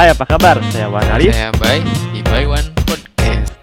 Hai, apa kabar? Saya Wan Arif. Saya Bay di Bay One Podcast.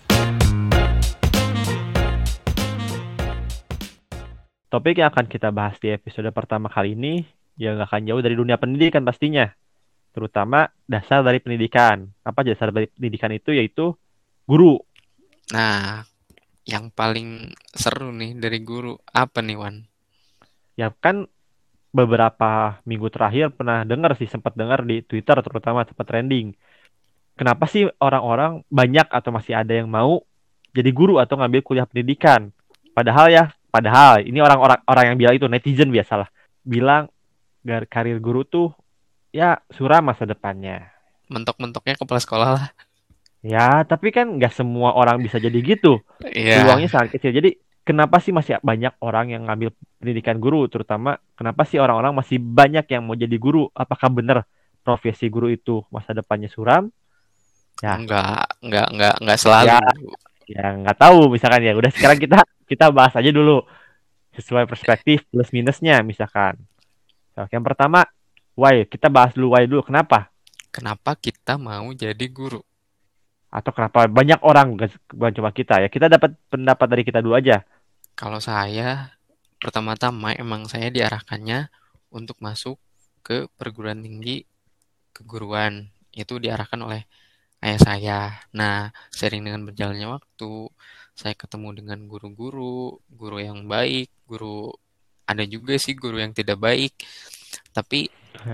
Topik yang akan kita bahas di episode pertama kali ini yang akan jauh dari dunia pendidikan pastinya, terutama dasar dari pendidikan. Apa dasar dari pendidikan itu? Yaitu guru. Nah, yang paling seru nih dari guru apa nih, Wan? Ya kan beberapa minggu terakhir pernah dengar sih, sempat dengar di Twitter terutama sempat trending. Kenapa sih orang-orang banyak atau masih ada yang mau jadi guru atau ngambil kuliah pendidikan? Padahal ini orang-orang yang bilang itu netizen biasalah bilang karir guru tuh ya suram masa depannya. Mentok-mentoknya kepala sekolah lah. Ya, tapi kan nggak semua orang bisa jadi gitu. Iya, Peluangnya sangat kecil. Jadi kenapa sih masih banyak orang yang ngambil pendidikan guru? Terutama kenapa sih orang-orang masih banyak yang mau jadi guru? Apakah benar profesi guru itu masa depannya suram? Ya, enggak ya, selalu. ya nggak tahu. Misalkan ya, udah sekarang kita kita bahas aja dulu sesuai perspektif plus minusnya. Misalkan, oke, yang pertama, why? Kita bahas dulu why dulu. Kenapa? Kenapa kita mau jadi guru? Atau kenapa banyak orang, bukan cuma kita ya, kita dapat pendapat dari kita dulu aja. Kalau saya, pertama-tama emang saya diarahkannya untuk masuk ke perguruan tinggi keguruan. Itu diarahkan oleh ayah saya. Nah, sering dengan berjalannya waktu, saya ketemu dengan guru yang baik, ada juga sih guru yang tidak baik, tapi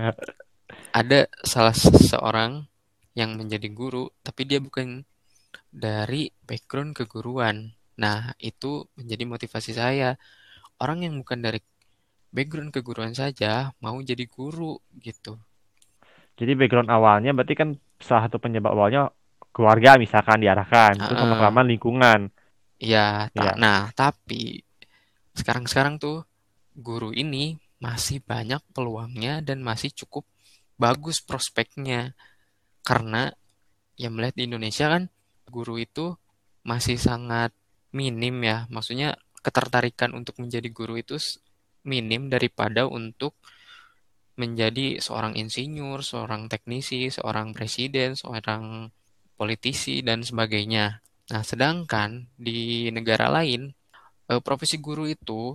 ada salah seorang yang menjadi guru, tapi dia bukan dari background keguruan. Nah, itu menjadi motivasi saya. Orang yang bukan dari background keguruan saja mau jadi guru gitu. Jadi background awalnya berarti kan salah satu penyebab awalnya keluarga misalkan diarahkan, terus Heeh. lama-kelamaan lingkungan. Ya, Ya, tapi sekarang-sekarang tuh guru ini masih banyak peluangnya dan masih cukup bagus prospeknya. Karena ya melihat di Indonesia kan guru itu masih sangat minim ya. Maksudnya ketertarikan untuk menjadi guru itu minim daripada untuk menjadi seorang insinyur, seorang teknisi, seorang presiden, seorang politisi dan sebagainya. Nah, sedangkan di negara lain profesi guru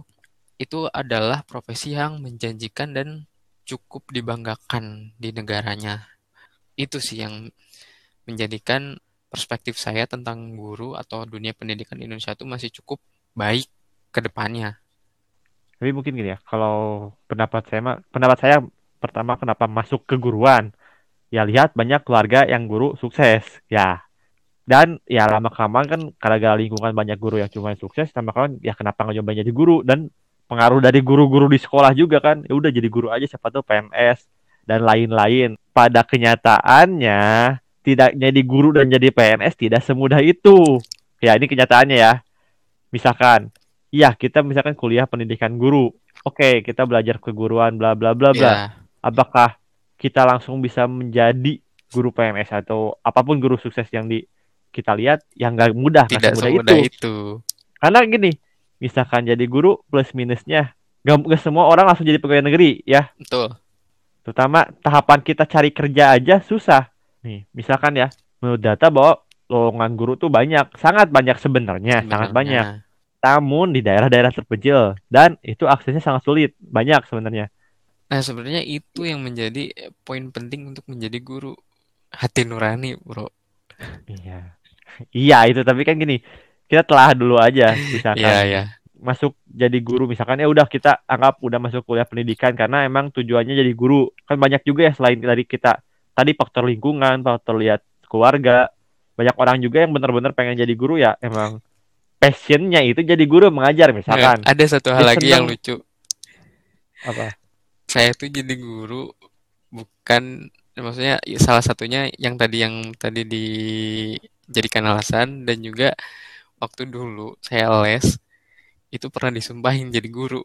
itu adalah profesi yang menjanjikan dan cukup dibanggakan di negaranya. Itu sih yang menjadikan perspektif saya tentang guru atau dunia pendidikan Indonesia itu masih cukup baik ke depannya. tapi mungkin gini ya, kalau pendapat saya pertama kenapa masuk keguruan? Ya lihat banyak keluarga yang guru sukses, ya. Dan ya lama-kelamaan kan gara-gara lingkungan banyak guru yang cuma sukses, lama-kelamaan ya kenapa nggak nyoba jadi guru? Dan pengaruh dari guru-guru di sekolah juga kan, ya udah jadi guru aja siapa tuh PNS dan lain-lain. Pada kenyataannya tidak jadi guru dan jadi PNS tidak semudah itu. Ya ini kenyataannya ya. Misalkan, iya kita misalkan kuliah pendidikan guru. Oke, kita belajar keguruan bla bla bla bla. Ya, Apakah kita langsung bisa menjadi guru PNS atau apapun guru sukses yang kita lihat yang nggak tidak semudah semudah itu. itu. Karena gini, misalkan jadi guru plus minusnya, nggak semua orang langsung jadi pegawai negeri ya. Betul. Terutama tahapan kita cari kerja aja susah. Nih, misalkan ya, menurut data bahwa lowongan guru tuh banyak, sangat banyak sebenarnya, sangat banyak. Sebenarnya. Namun di daerah-daerah terpencil dan itu aksesnya sangat sulit, banyak sebenarnya. Nah, sebenarnya itu yang menjadi poin penting untuk menjadi guru. Hati nurani, bro. Iya, iya itu. Tapi kan gini, kita telah dulu aja, misalkan Iya, ya. masuk jadi guru, misalkan ya udah kita anggap udah masuk kuliah pendidikan karena emang tujuannya jadi guru. Kan banyak juga ya selain dari kita tadi faktor lingkungan, faktor lihat keluarga. Banyak orang juga yang benar-benar pengen jadi guru ya emang passionnya itu jadi guru mengajar Nggak, misalkan. ada satu hal Dia lagi yang seneng lucu. apa? Saya tuh jadi guru bukan, maksudnya salah satunya yang tadi dijadikan alasan, dan juga waktu dulu saya les itu pernah disumpahin jadi guru.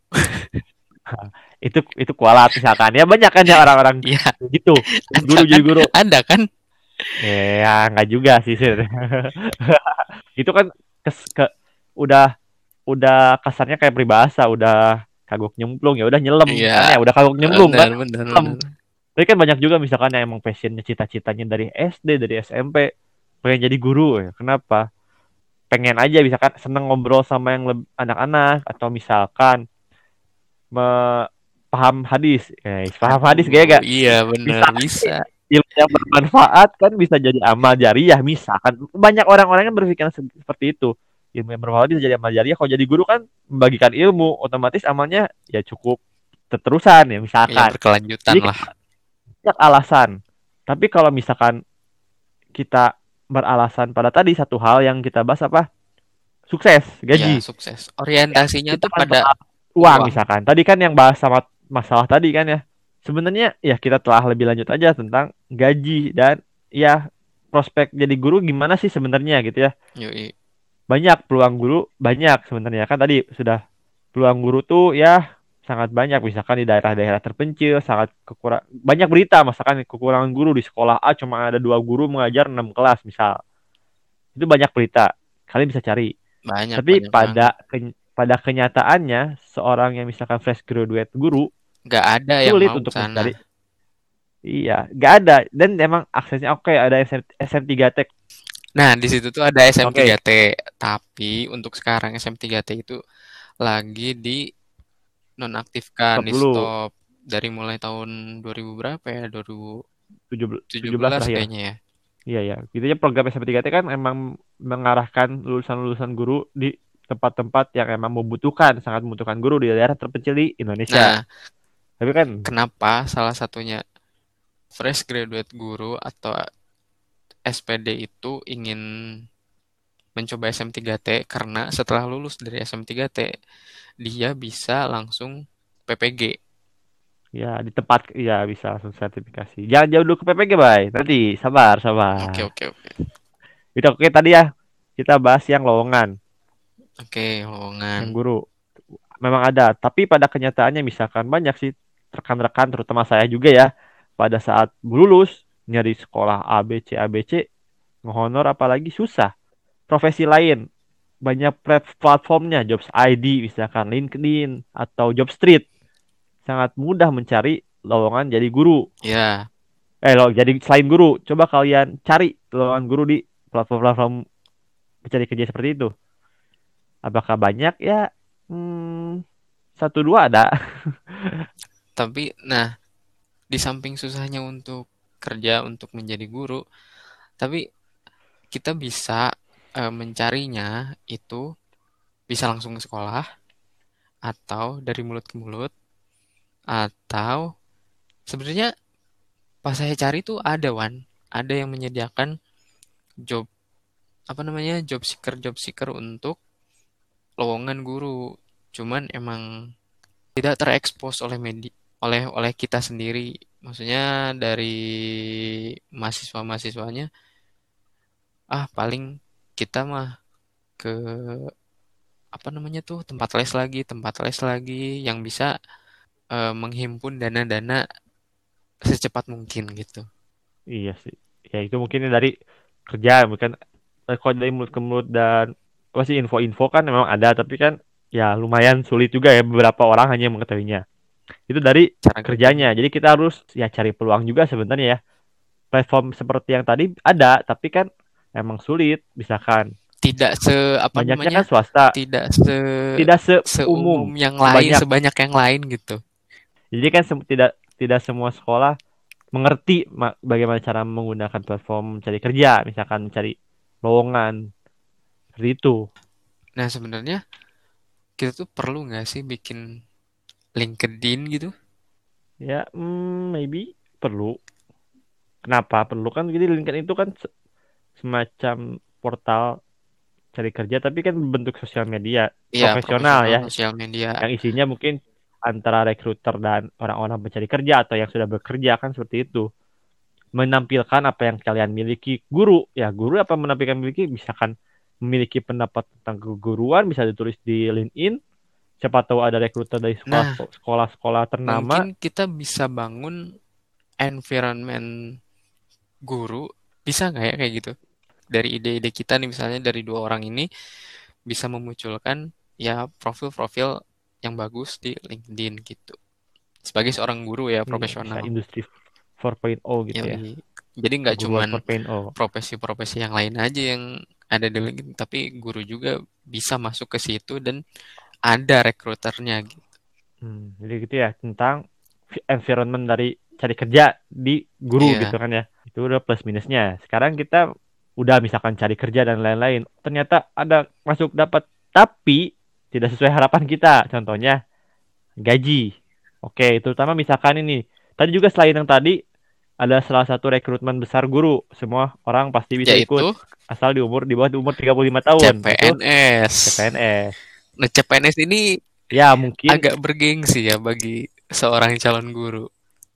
Itu kualat misalkan. Ya banyak kan ya orang-orang Iya, gitu. ada Guru kan? jadi guru. Ada kan? Ya nggak juga sih. Itu kan kes, ke udah kasarnya kayak peribahasa, udah kagok nyemplung ya udah nyelam Iya, kan ya udah kagok nyemplung kan benar, benar, nyelam. benar. Tapi kan banyak juga misalkan yang emang passionnya cita-citanya dari SD, dari SMP, pengen jadi guru ya. Kenapa? Pengen aja misalkan seneng ngobrol sama yang anak-anak atau misalkan paham hadis. Paham hadis Aduh, gak? iya bener Bisa bisa. ilmu yang bermanfaat kan bisa jadi amal jariah misalkan banyak orang-orang yang berpikiran seperti itu, ilmu yang bermanfaat bisa jadi amal jariah. Kalau jadi guru kan membagikan ilmu, otomatis amalnya ya cukup terusan ya Ya misalkan. berkelanjutan Jadi kan lah. banyak alasan, tapi kalau misalkan kita beralasan pada tadi satu hal yang kita bahas apa, sukses, Ya gaji, sukses. ya Orientasinya kita tuh akan pada bahas uang uang. misalkan tadi kan yang bahas sama masalah tadi kan ya, sebenarnya ya kita telah lebih lanjut aja tentang gaji dan ya prospek jadi guru gimana sih sebenarnya gitu ya. Yoi. Banyak peluang guru, banyak sebenarnya kan tadi sudah, peluang guru tuh ya sangat banyak misalkan di daerah-daerah terpencil sangat kekurang, banyak berita misalkan kekurangan guru di sekolah A cuma ada 2 guru mengajar 6 kelas misal, itu banyak berita, kalian bisa cari. Banyak Tapi banyak banget. pada kenyataannya seorang yang misalkan fresh graduate guru Gak ada yang sulit mau ke untuk sana. mencari. Iya, nggak ada dan emang aksesnya oke, ada SM3T. Nah, di situ tuh ada Oke, SM3T, tapi untuk sekarang SM3T itu lagi dinonaktifkan, stop di dulu. stop dari mulai tahun 2000 berapa ya? 17 2017 terakhir. kayaknya ya. Iya ya. Gitu ya, program SM3T kan emang mengarahkan lulusan-lulusan guru di tempat-tempat yang emang membutuhkan, sangat membutuhkan guru di daerah terpencil di Indonesia. Nah, Tapi kan kenapa salah satunya fresh graduate guru atau SPD itu ingin mencoba SM3T karena setelah lulus dari SM3T dia bisa langsung PPG. ya di tempat ya bisa langsung sertifikasi. Jangan jauh dulu ke PPG, Bay. Nanti sabar, Oke sabar. oke oke. Itu oke tadi ya. Kita bahas yang lowongan, Oke, lowongan. yang guru. Memang ada, tapi pada kenyataannya misalkan banyak sih rekan-rekan terutama saya juga ya, pada saat lulus nyari sekolah ABC ngehonor apalagi susah. Profesi lain banyak platformnya, Jobs ID misalkan LinkedIn atau Jobstreet, sangat mudah mencari lowongan jadi guru. Ya, Loh, jadi selain guru, coba kalian cari lowongan guru di platform-platform mencari kerja seperti itu. Apakah banyak ya? Satu dua ada. tapi nah di samping susahnya untuk kerja untuk menjadi guru, tapi kita bisa mencarinya itu bisa langsung ke sekolah atau dari mulut ke mulut atau sebenarnya pas saya cari tuh ada ada yang menyediakan job apa namanya job seeker untuk lowongan guru. Cuman emang tidak terekspos oleh oleh kita sendiri. Maksudnya dari mahasiswa-mahasiswanya, paling kita mah ke apa namanya tuh tempat les lagi yang bisa menghimpun dana-dana secepat mungkin gitu. Iya sih. Ya itu mungkin dari kerja, bukan kalau dari mulut ke mulut dan apa sih info-info kan memang ada, tapi kan ya lumayan sulit juga ya beberapa orang hanya mengetahuinya. Itu dari Cara kerjanya. kerjanya. Jadi kita harus ya cari peluang juga sebenarnya ya. Platform seperti yang tadi ada, tapi kan emang sulit. Misalkan Tidak apa banyaknya namanya? kan swasta, Tidak tidak seumum seumum, yang lain, sebanyak. sebanyak yang lain gitu. Jadi kan tidak semua sekolah mengerti bagaimana cara menggunakan platform mencari kerja, misalkan mencari lowongan seperti itu. Nah, sebenarnya kita tuh perlu nggak sih bikin LinkedIn gitu? Ya, maybe perlu. Kenapa perlu kan? Jadi LinkedIn itu kan semacam portal cari kerja, tapi kan bentuk sosial media Iya, profesional profesional ya, sosial media. yang isinya mungkin antara rekruter dan orang-orang pencari kerja atau yang sudah bekerja kan seperti itu. Menampilkan apa yang kalian miliki. Guru, ya guru apa menampilkan miliki, misalkan memiliki pendapat tentang keguruan bisa ditulis di LinkedIn. Siapa tahu ada rekruter dari Nah, sekolah-sekolah ternama. mungkin kita bisa bangun environment guru. Bisa nggak ya kayak gitu? Dari ide-ide kita nih misalnya dari dua orang ini bisa memunculkan ya profil-profil yang bagus di LinkedIn gitu. Sebagai seorang guru ya Iya, bisa profesional. industri. 4.0 gitu ya. Yoi. Jadi nggak Keguruan cuman 4.0. profesi-profesi yang lain aja yang ada di LinkedIn, tapi guru juga bisa masuk ke situ dan ada rekruternya gitu. Jadi gitu ya tentang environment dari cari kerja di guru gitu Iya, kan ya. Itu udah plus minusnya. Sekarang kita udah misalkan cari kerja dan lain-lain. Ternyata ada masuk dapat tapi tidak sesuai harapan kita. Contohnya gaji. Oke, terutama misalkan ini. Tadi juga selain yang tadi ada salah satu rekrutmen besar guru. Semua orang pasti bisa ikut yaitu asal di bawah umur 35 tahun. Itu CPNS. CPNS. Nah, CPNS ini Ya, mungkin agak bergengsi ya bagi seorang calon guru.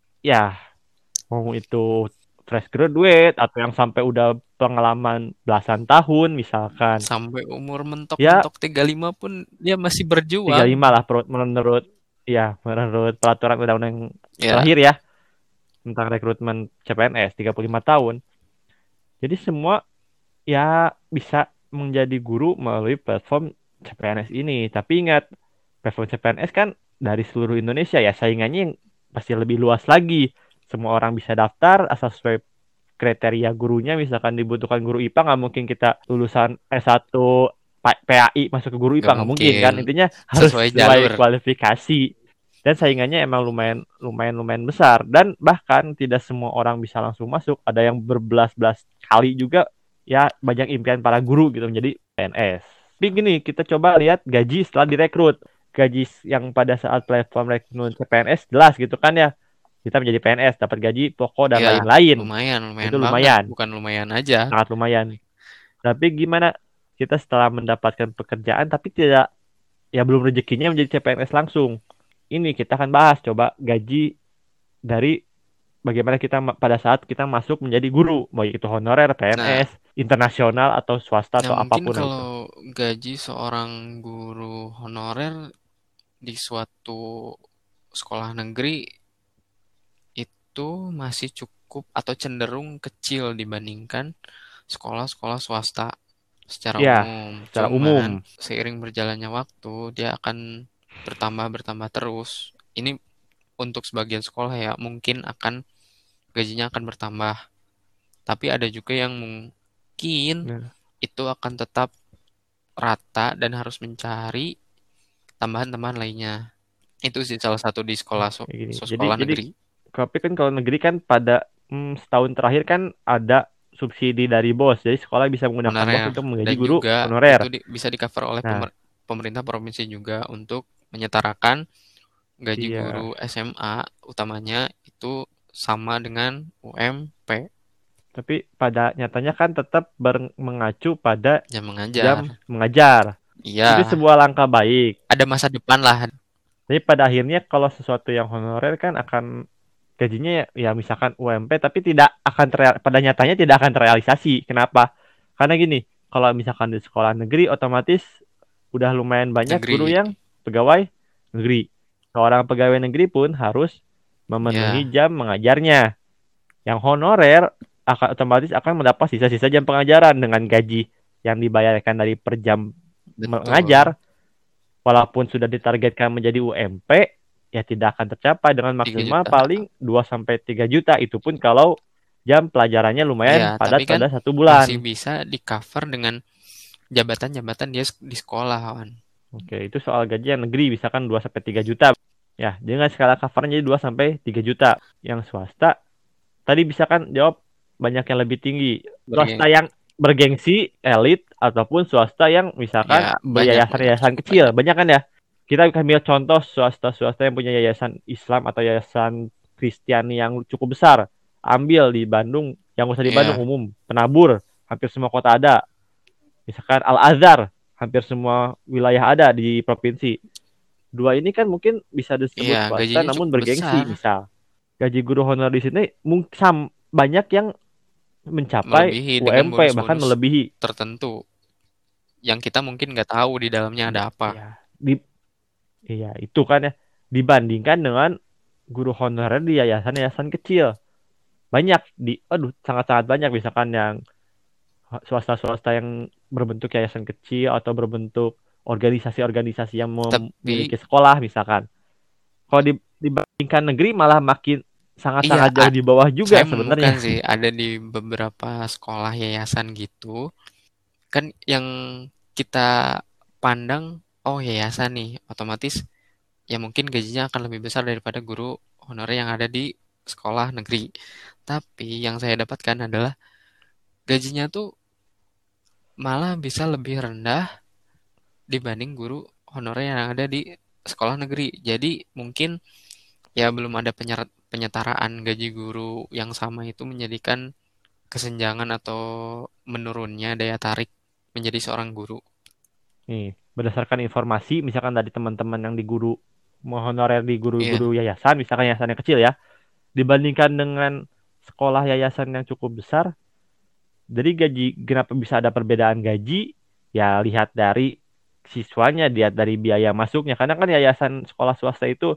ya mau itu fresh graduate atau yang sampai udah pengalaman belasan tahun misalkan. Sampai umur Ya mentok-mentok 35 pun dia masih berjuang. 35 lah menurut ya menurut peraturan undang-undang Ya, terakhir ya tentang rekrutmen CPNS 35 tahun. Jadi semua ya bisa menjadi guru melalui platform CPNS ini. Tapi ingat, platform CPNS kan dari seluruh Indonesia ya, saingannya yang pasti lebih luas lagi. Semua orang bisa daftar asal sesuai kriteria gurunya. Misalkan dibutuhkan guru IPA, nggak mungkin kita lulusan S1 PAI masuk ke guru nggak IPA, nggak mungkin mungkin kan. Intinya harus sesuai jalur. sesuai kualifikasi. Dan saingannya emang lumayan besar. Dan bahkan tidak semua orang bisa langsung masuk. Ada yang berbelas-belas kali juga ya banyak impian para guru gitu menjadi PNS. Tapi gini, kita coba lihat gaji setelah direkrut. Gaji yang pada saat platform rekrutmen CPNS jelas gitu kan ya. Kita menjadi PNS, dapat gaji pokok dan Ya, lain-lain. lumayan, Itu lumayan banget. lumayan, Bukan lumayan aja. sangat lumayan. Tapi gimana kita setelah mendapatkan pekerjaan tapi tidak ya belum rezekinya menjadi CPNS langsung. Ini kita akan bahas coba gaji dari bagaimana kita pada saat kita masuk menjadi guru, baik itu honorer, Nah, PNS, internasional atau swasta nah atau mungkin apapun itu. kalau gaji seorang guru honorer di suatu sekolah negeri itu masih cukup atau cenderung kecil dibandingkan sekolah-sekolah swasta secara Ya, umum. secara Cuman umum. seiring berjalannya waktu dia akan bertambah terus. Ini untuk sebagian sekolah ya mungkin akan gajinya akan bertambah. Tapi ada juga yang mungkin Nah, itu akan tetap rata dan harus mencari tambahan-tambahan lainnya. Itu sih salah satu di kayak gini. Jadi sekolah jadi negeri. tapi kan kalau negeri kan pada setahun terakhir kan ada subsidi dari BOS. Jadi sekolah bisa menggunakan BOS Honorer untuk menggaji dan guru juga honorer. itu bisa di cover oleh Nah, pemerintah provinsi juga untuk menyetarakan gaji guru iya. SMA utamanya itu sama dengan UMP Tapi pada nyatanya kan tetap mengacu pada yang jam mengajar. mengajar. Itu Iya, sebuah langkah baik. ada masa depan lah. Tapi pada akhirnya kalau sesuatu yang honorer kan akan gajinya ya misalkan UMP tapi tidak akan pada nyatanya tidak akan terrealisasi. Kenapa? Karena gini, kalau misalkan di sekolah negeri otomatis udah lumayan banyak guru Negeri. yang pegawai negeri. Seorang pegawai negeri pun harus memenuhi Ya, jam mengajarnya. Yang honorer akan otomatis akan mendapat sisa-sisa jam pengajaran dengan gaji yang dibayarkan dari per jam betul. mengajar. Walaupun sudah ditargetkan menjadi UMP, ya tidak akan tercapai dengan 3 maksimal juta. paling 2 sampai 3 juta. Itu pun kalau jam pelajarannya Ya, lumayan tapi padat kan pada satu masih bulan. bisa di cover dengan jabatan-jabatan dia di sekolah kan. Oke, itu soal gaji yang negeri misalkan 2 sampai 3 juta. Ya, dengan skala covernya jadi 2 sampai 3 juta. Yang swasta tadi bisa kan jawab banyak yang lebih tinggi. Swasta Bergeng. yang bergengsi, elit, ataupun swasta yang misalkan Ya, banyak banyak beryayasan-yayasan cukup kecil. banyak. Banyak kan ya? Kita ambil contoh swasta-swasta yang punya yayasan Islam atau yayasan Kristiani yang cukup besar. Ambil di Bandung, yang usah di Bandung Ya, umum. Penabur, hampir semua kota ada. Misalkan Al-Azhar, hampir semua wilayah ada di provinsi. Dua ini kan mungkin bisa disebut ya swasta gajinya namun cukup bergengsi. besar, Misal, gaji guru honor di sini banyak yang mencapai melebihi dengan UMP bahkan bonus-bonus melebihi. tertentu yang kita mungkin nggak tahu di dalamnya ada apa. Ya, di iya itu kan ya dibandingkan dengan guru honorer di yayasan-yayasan kecil. Banyak sangat-sangat banyak misalkan yang swasta-swasta yang berbentuk yayasan kecil atau berbentuk organisasi-organisasi yang Tapi memiliki sekolah misalkan. Kalau dibandingkan negeri malah makin Iya, sangat-sangat jauh di bawah juga saya sebenarnya. menemukan sih ada di beberapa sekolah yayasan gitu. Kan yang kita pandang, oh yayasan nih, otomatis ya mungkin gajinya akan lebih besar daripada guru honorer yang ada di sekolah negeri. Tapi yang saya dapatkan adalah gajinya tuh malah bisa lebih rendah dibanding guru honorer yang ada di sekolah negeri. Jadi mungkin ya belum ada penyetaraan gaji guru yang sama itu menjadikan kesenjangan atau menurunnya daya tarik menjadi seorang guru. Nih, berdasarkan informasi misalkan dari teman-teman yang di guru mau honorer di Iya, guru-guru yayasan, misalkan yayasan yang kecil ya, dibandingkan dengan sekolah yayasan yang cukup besar, jadi gaji kenapa bisa ada perbedaan gaji? Ya lihat dari siswanya, lihat dari biaya masuknya. Karena kan yayasan sekolah swasta itu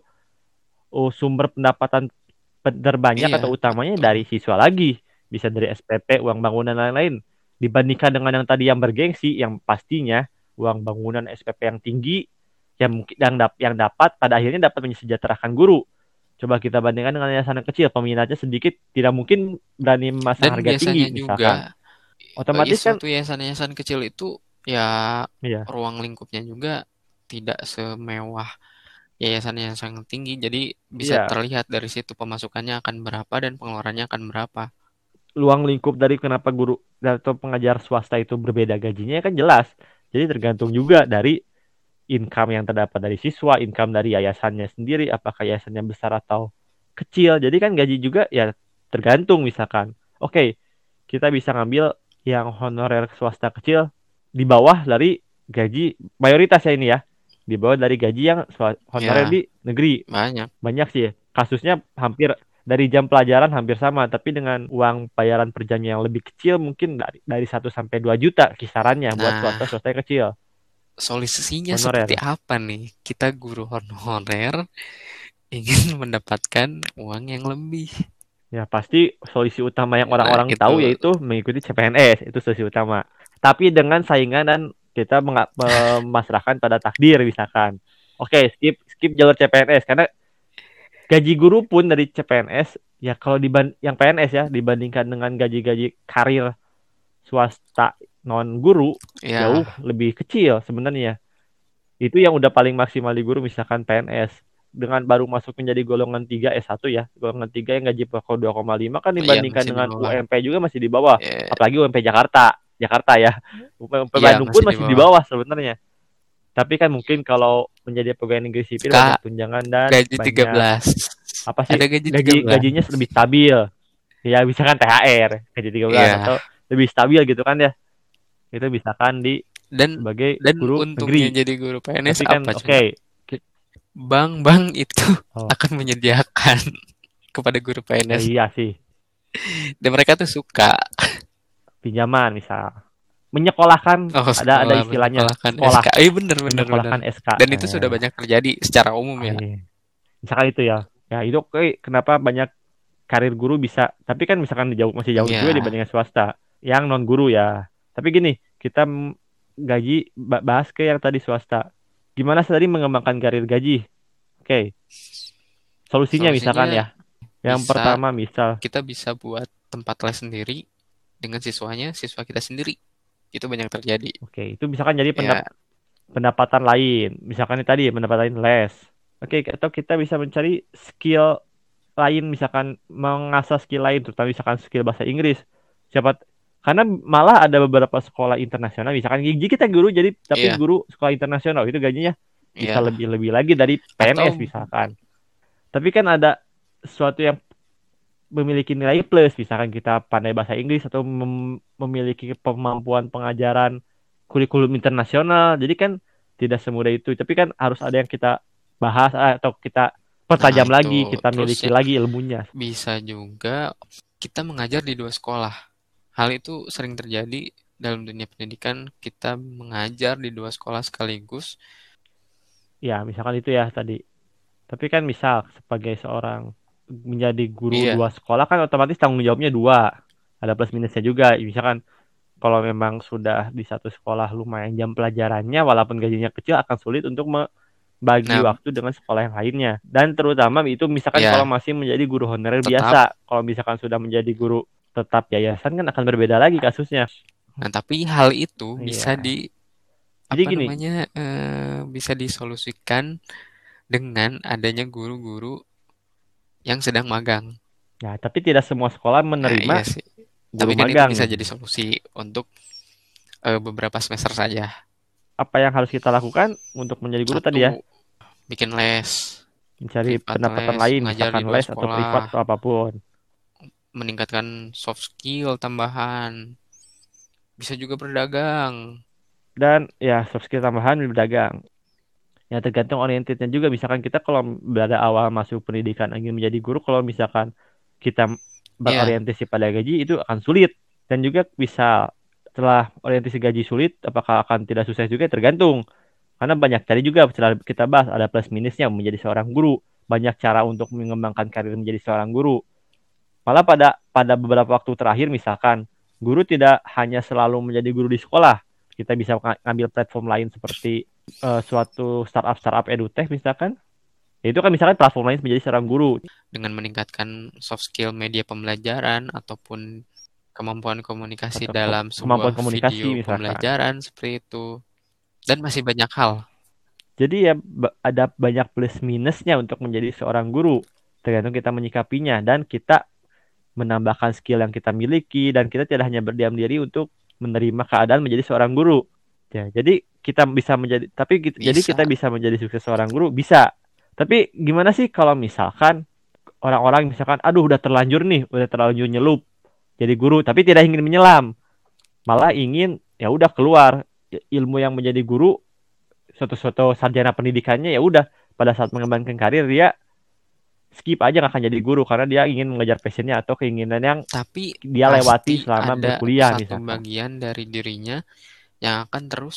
sumber pendapatan terbanyak iya, atau utamanya betul. dari siswa lagi. Bisa dari SPP, uang bangunan dan lain-lain. Dibandingkan dengan yang tadi yang bergengsi, yang pastinya uang bangunan SPP yang tinggi, yang mungkin yang dapat pada akhirnya dapat mensejahterakan guru. Coba kita bandingkan dengan yayasan yang kecil, peminatnya sedikit, tidak mungkin berani memasang Dan harga biasanya tinggi, misalkan. juga bagi Otomatis kan, suatu yayasan-yayasan kecil itu ya ya, ruang lingkupnya juga tidak semewah yayasan-yayasan yang tinggi. Jadi bisa iya, terlihat dari situ pemasukannya akan berapa dan pengeluarannya akan berapa. luang lingkup dari kenapa guru atau pengajar swasta itu berbeda gajinya kan jelas. Jadi tergantung juga dari income yang terdapat dari siswa, income dari yayasannya sendiri, apakah yayasannya besar atau kecil. Jadi kan gaji juga ya tergantung misalkan. Oke, kita bisa ngambil yang honorer swasta kecil di bawah dari gaji mayoritas ya ini ya. Di bawah dari gaji yang honorer Ya, di negeri. banyak. Banyak sih. Kasusnya hampir dari jam pelajaran hampir sama, tapi dengan uang bayaran per jamnya yang lebih kecil mungkin dari 1 sampai 2 juta kisarannya buat Nah, swasta-swasta yang kecil solusinya seperti honorer. apa nih? Kita guru honorer ingin mendapatkan uang yang lebih. Ya pasti solusi utama yang Nah, orang-orang itu tahu yaitu mengikuti CPNS, itu solusi utama. Tapi dengan saingan dan kita memasrahkan pada takdir misalkan. Oke, skip skip jalur CPNS karena gaji guru pun dari CPNS ya kalau yang PNS ya dibandingkan dengan gaji-gaji karir swasta non guru jauh ya, lebih kecil sebenarnya. Itu yang udah paling maksimal di guru misalkan PNS. Dengan baru masuk menjadi golongan 3 S1 ya. Golongan 3 yang gaji pokok 2,5 kan ya dibandingkan masih di dengan bawah. UMP juga masih di bawah. Ya, Apalagi UMP Jakarta. Jakarta ya. UMP ya Bandung pun masih di masih di bawah. bawah sebenarnya. Tapi kan mungkin kalau menjadi pegawai negeri sipil banyak Kak, tunjangan dan gaji tiga banyak belas apa sih Ada gaji 13. gajinya lebih stabil. Ya misalkan THR gaji 13 Ya, atau lebih stabil gitu kan ya. Itu misalkan di dan sebagai dan guru untungnya negeri. jadi guru PNS Tapi kan apa oke. coba? Bank-bank itu Oh, akan menyediakan kepada guru ya PNS iya sih. dan mereka tuh suka. Pinjaman misal. Menyekolahkan Oh, ada sekolah istilahnya menyekolahkan sekolah, SK. Bener bener bener. menyekolahkan SK. Dan itu sudah banyak terjadi secara umum ya. Iya. Misalkan itu ya. Ya itu oke, kenapa banyak karir guru bisa, tapi kan misalkan masih jauh juga Ya, dibandingkan swasta yang non guru ya. Tapi gini, kita gaji bahas ke yang tadi swasta. Gimana sih tadi mengembangkan karir gaji? Oke, solusinya misalkan solusinya ya. Yang bisa pertama misal, kita bisa buat tempat les sendiri dengan siswanya, siswa kita sendiri. Itu banyak terjadi. oke, itu misalkan jadi Ya, pendapatan lain. Misalkan ini tadi pendapatan lain les. Oke, atau kita bisa mencari skill lain, misalkan mengasah skill lain, terutama misalkan skill bahasa Inggris. Siapa karena malah ada beberapa sekolah internasional, misalkan gaji kita guru jadi tapi iya, guru sekolah internasional itu gajinya bisa iya. lebih-lebih lagi dari PNS Atau misalkan. Tapi kan ada sesuatu yang memiliki nilai plus, misalkan kita pandai bahasa Inggris atau memiliki kemampuan pengajaran kurikulum internasional. Jadi kan tidak semudah itu. Tapi kan harus ada yang kita bahas atau kita nah pertajam itu lagi, kita terus miliki ya lagi ilmunya. bisa juga kita mengajar di dua sekolah. Hal itu sering terjadi dalam dunia pendidikan. Kita mengajar di dua sekolah sekaligus. Ya, misalkan itu ya tadi. Tapi kan misal sebagai seorang menjadi guru Iya, dua sekolah kan otomatis tanggung jawabnya dua. Ada plus minusnya juga. Misalkan kalau memang sudah di satu sekolah lumayan jam pelajarannya walaupun gajinya kecil akan sulit untuk bagi Nah, waktu dengan sekolah yang lainnya. Dan terutama itu misalkan kalau ya masih menjadi guru honorer tetap. biasa. Kalau misalkan sudah menjadi guru tetap yayasan kan akan berbeda lagi kasusnya. Nah, tapi hal itu bisa Iya. Jadi apa gini, namanya bisa disolusikan dengan adanya guru-guru yang sedang magang. ya tapi tidak semua sekolah Nah, iya menerima sih. Tapi guru kan itu magang. bisa jadi solusi untuk beberapa semester saja. Apa yang harus kita lakukan untuk menjadi guru tadi ya? Satu, bikin les, Mencari privat pendapatan les, lain, ngajar di misalkan luar les atau privat sekolah, atau apapun. meningkatkan soft skill tambahan, bisa juga berdagang. Dan ya soft skill tambahan berdagang. Ya tergantung orientednya juga. Misalkan kita kalau berada awal masuk pendidikan ingin menjadi guru, kalau misalkan kita Iya, berorientasi pada gaji itu akan sulit. Dan juga bisa setelah orientasi gaji sulit, apakah akan tidak sukses juga tergantung. Karena banyak cari juga setelah kita bahas ada plus minusnya menjadi seorang guru. Banyak cara untuk mengembangkan karir menjadi seorang guru. Malah pada beberapa waktu terakhir misalkan guru tidak hanya selalu menjadi guru di sekolah. Kita bisa ngambil platform lain seperti suatu startup edutech misalkan. Ya, itu kan misalkan platform lain menjadi seorang guru dengan meningkatkan soft skill media pembelajaran ataupun kemampuan komunikasi atau dalam kemampuan sebuah komunikasi video misalkan. pembelajaran seperti itu. Dan masih banyak hal. Jadi ya ada banyak plus minusnya untuk menjadi seorang guru. Tergantung kita menyikapinya dan kita menambahkan skill yang kita miliki dan kita tidak hanya berdiam diri untuk menerima keadaan menjadi seorang guru. Ya, jadi kita bisa menjadi jadi Bisa. kita bisa menjadi sukses seorang guru bisa. Tapi gimana sih kalau misalkan orang-orang misalkan aduh udah terlanjur nyelup jadi guru tapi tidak ingin menyelam, malah ingin ya udah keluar ilmu yang menjadi guru suatu sarjana pendidikannya ya udah pada saat mengembangkan karir dia skip aja nggak akan jadi guru karena dia ingin mengejar passionnya atau keinginan yang Tapi dia lewati pasti selama ada berkuliah satu misalkan. bagian dari dirinya yang akan terus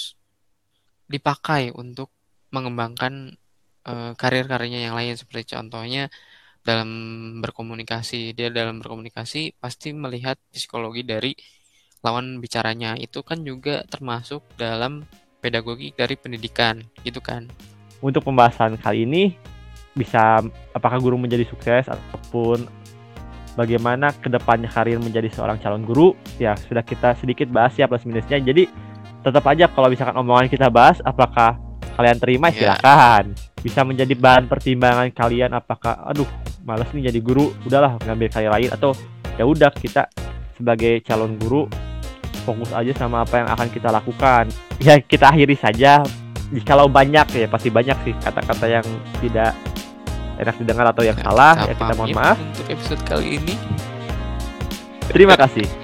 dipakai untuk mengembangkan karir-karirnya yang lain. Seperti contohnya dalam berkomunikasi. Dia dalam berkomunikasi pasti melihat psikologi dari lawan bicaranya. Itu kan juga termasuk dalam pedagogi dari pendidikan, gitu kan? Untuk pembahasan kali ini bisa apakah guru menjadi sukses ataupun bagaimana kedepannya karir menjadi seorang calon guru ya sudah kita sedikit bahas ya plus minusnya. Jadi tetap aja kalau misalkan omongan kita bahas apakah kalian terima Ya, silakan, bisa menjadi bahan pertimbangan kalian apakah aduh malas nih jadi guru udahlah ngambil karir lain atau ya udah kita sebagai calon guru fokus aja sama apa yang akan kita lakukan. Ya kita akhiri saja. Kalau banyak ya pasti banyak sih kata-kata yang tidak enak didengar atau yang salah ya kita kita mohon pamit maaf. untuk episode kali ini. Terima kasih.